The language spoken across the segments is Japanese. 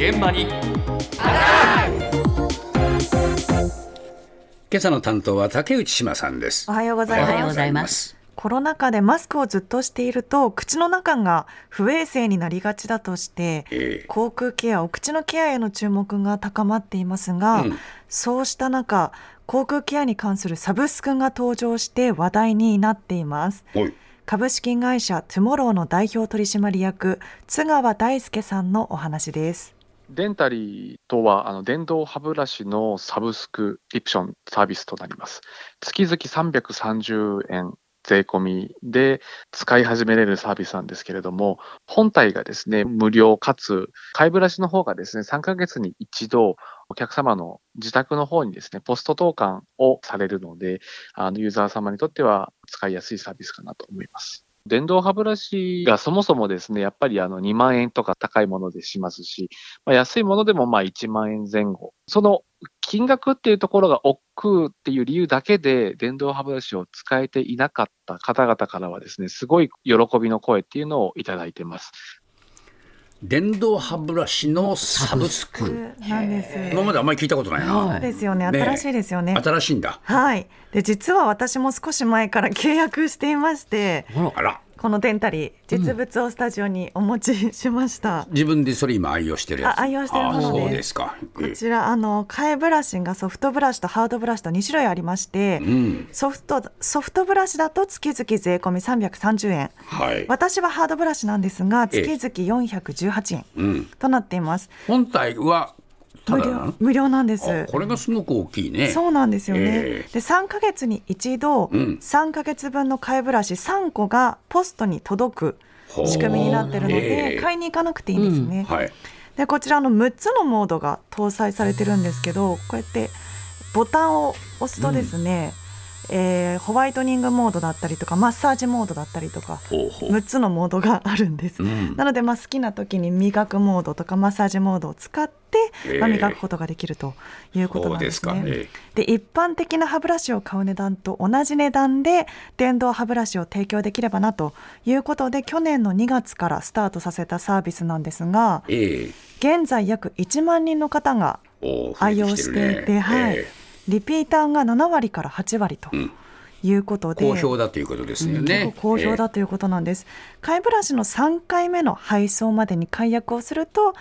現場に今朝の担当は竹内志麻さんです。 おはようございます。コロナ禍でマスクをずっとしていると口の中が不衛生になりがちだとして、口腔ケア、お口のケアへの注目が高まっていますが、そうした中、口腔ケアに関するサブスクが登場して話題になっています。株式会社トゥモローの代表取締役津川大輔さんのお話です。 デンタリーとは電動歯ブラシのサブスクリプションサービスとなります。月々330円税込みで使い始めれるサービスなんですけれども、本体がですね無料かつ貝ブラシの方がですね3ヶ月に一度お客様の自宅の方にですねポスト投函をされるので、ユーザー様にとっては使いやすいサービスかなと思います。電動歯ブラシがそもそもですね、やっぱり2万円とか高いものでしますし、安いものでも1万円前後。その金額っていうところが億劫っていう理由だけで電動歯ブラシを使えていなかった方々からはですね、すごい喜びの声っていうのをいただいてます。 電動歯ブラシのサブスクなんです。 今まであんまり聞いたことないな。 そうですよね。新しいですよね。 新しいんだ。 はい。で、実は私も少し前から契約していまして、このデンタリー実物をスタジオにお持ちしました。 自分でそれ今愛用してるやつ。 愛用してるものです。 そうですか。 こちら替えブラシがソフトブラシとハードブラシと2種類ありまして、ソフトブラシだと月々税込み330円、私はハードブラシなんですが月々418円となっています。 本体は無料なんです。 これがすごく大きいね。 そうなんですよね。で3ヶ月に一度、3ヶ月分の替えブラシ3個がポストに届く仕組みになっているので、買いに行かなくていいんですね。でこちら6つのモードが搭載されてるんですけど、こうやってボタンを押すとですね、ホワイトニングモードだったりとかマッサージモードだったりとか6つのモードがあるんです。なので好きな時に磨くモードとかマッサージモードを使って磨くことができるということなんですね。で一般的な歯ブラシを買う値段と同じ値段で電動歯ブラシを提供できればなということで、去年の2月からスタートさせたサービスなんですが、現在約1万人の方が愛用していて、リピーターが7割から8割ということで、 好評だということですよね。 結構好評だということなんです。替えブラシの3回目の配送までに解約をすると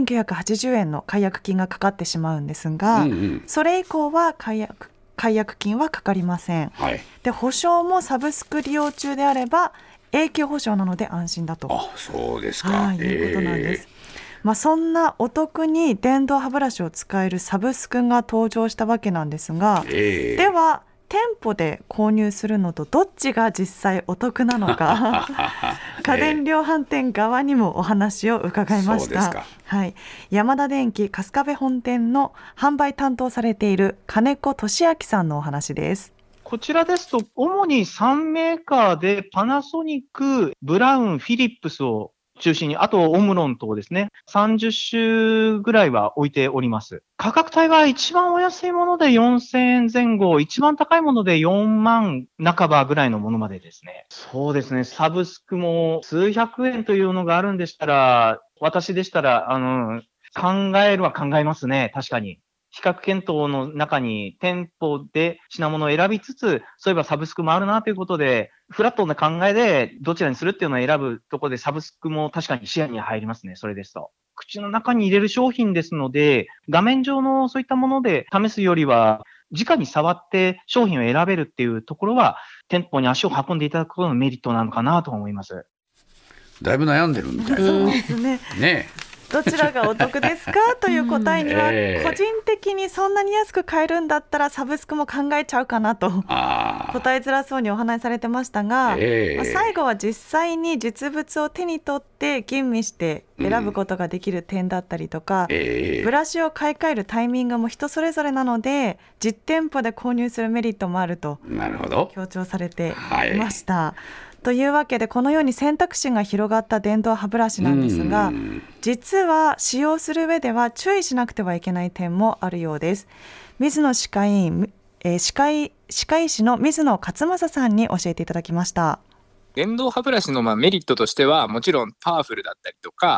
1980円の解約金がかかってしまうんですが、それ以降は解約金はかかりません。で保証もサブスク利用中であれば永久保証なので安心だと。 そうですか。 いうことなんです。そんなお得に電動歯ブラシを使えるサブスクが登場したわけなんですが、では店舗で購入するのとどっちが実際お得なのか家電量販店側にもお話を伺いました。山田電機春日部本店の販売担当されている金子俊明さんのお話です。 こちらですと主に3メーカーでパナソニック、ブラウン、フィリップスを中心に、あとオムロン等ですね、30種ぐらいは置いております。価格帯は一番お安いもので4000円前後、一番高いもので4万半ばぐらいのものまでですね。そうですね、サブスクも数百円というのがあるんでしたら、私でしたら考えますね。確かに比較検討の中に店舗で品物を選びつつ、そういえばサブスクもあるなということで、フラットな考えでどちらにするっていうのを選ぶところでサブスクも確かに視野に入りますね。それですと。口の中に入れる商品ですので、画面上のそういったもので試すよりは、直に触って商品を選べるっていうところは、店舗に足を運んでいただくことのメリットなのかなと思います。 だいぶ悩んでるみたいな。 そうですね。どちらがお得ですかという答えには、個人的にそんなに安く買えるんだったらサブスクも考えちゃうかなと答えづらそうにお話しされてましたが、最後は実際に実物を手に取って吟味して選ぶことができる点だったりとか、ブラシを買い替えるタイミングも人それぞれなので実店舗で購入するメリットもあると強調されていました。というわけでこのように選択肢が広がった電動歯ブラシなんですが、実は使用する上では注意しなくてはいけない点もあるようです。水野歯科医師の水野勝正さんに教えていただきました。 電動歯ブラシのメリットとしては、もちろんパワフルだったりとか、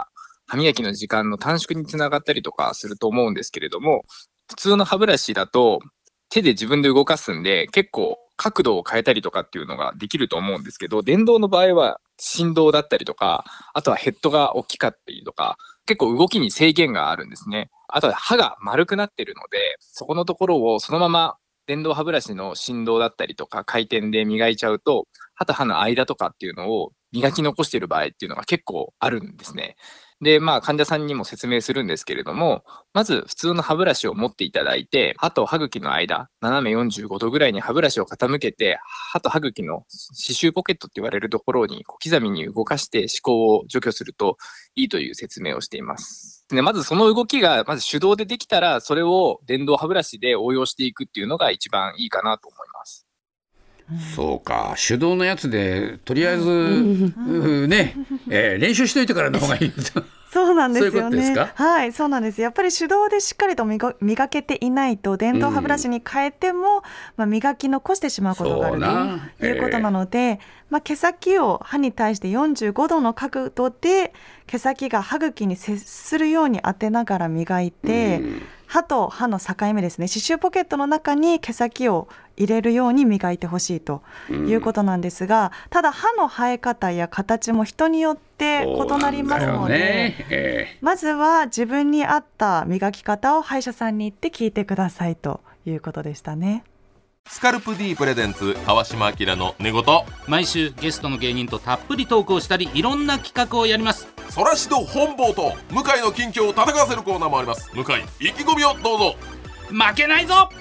歯磨きの時間の短縮につながったりとかすると思うんですけれども、普通の歯ブラシだと手で自分で動かすんで結構角度を変えたりとかっていうのができると思うんですけど、電動の場合は振動だったりとか、あとはヘッドが大きかったりとか、結構動きに制限があるんですね。あとは歯が丸くなってるので、そこのところをそのまま電動歯ブラシの振動だったりとか回転で磨いちゃうと、歯と歯の間とかっていうのを磨き残している場合っていうのが結構あるんですね。で、患者さんにも説明するんですけれども、まず普通の歯ブラシを持っていただいて、歯と歯茎の間、斜め45度ぐらいに歯ブラシを傾けて、歯と歯茎の歯周ポケットって言われるところに小刻みに動かして歯垢を除去するといいという説明をしています。で、まずその動きがまず手動でできたら、それを電動歯ブラシで応用していくっていうのが一番いいかなと思います。 そうか、手動のやつでとりあえず、ね、練習しといてからの方がいいそうなんですよね。 そういうことですか？ はい、そうなんです。やっぱり手動でしっかりと磨けていないと電動歯ブラシに変えても、磨き残してしまうことがあるということなので、毛先を歯に対して45度の角度で毛先が歯茎に接するように当てながら磨いて、歯と歯の境目ですね、歯周ポケットの中に毛先を入れるように磨いてほしいということなんですが、ただ歯の生え方や形も人によって異なりますので、まずは自分に合った磨き方を歯医者さんに行って聞いてくださいということでしたね。 スカルプ D プレゼンツ川島明の寝言。 毎週ゲストの芸人とたっぷりトークをしたり、いろんな企画をやります。 そらしど本坊と向井の近況を戦わせるコーナーもあります。向井、意気込みをどうぞ。 負けないぞ。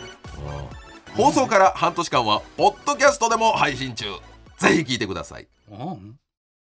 放送から半年間はポッドキャストでも配信中。ぜひ聞いてください。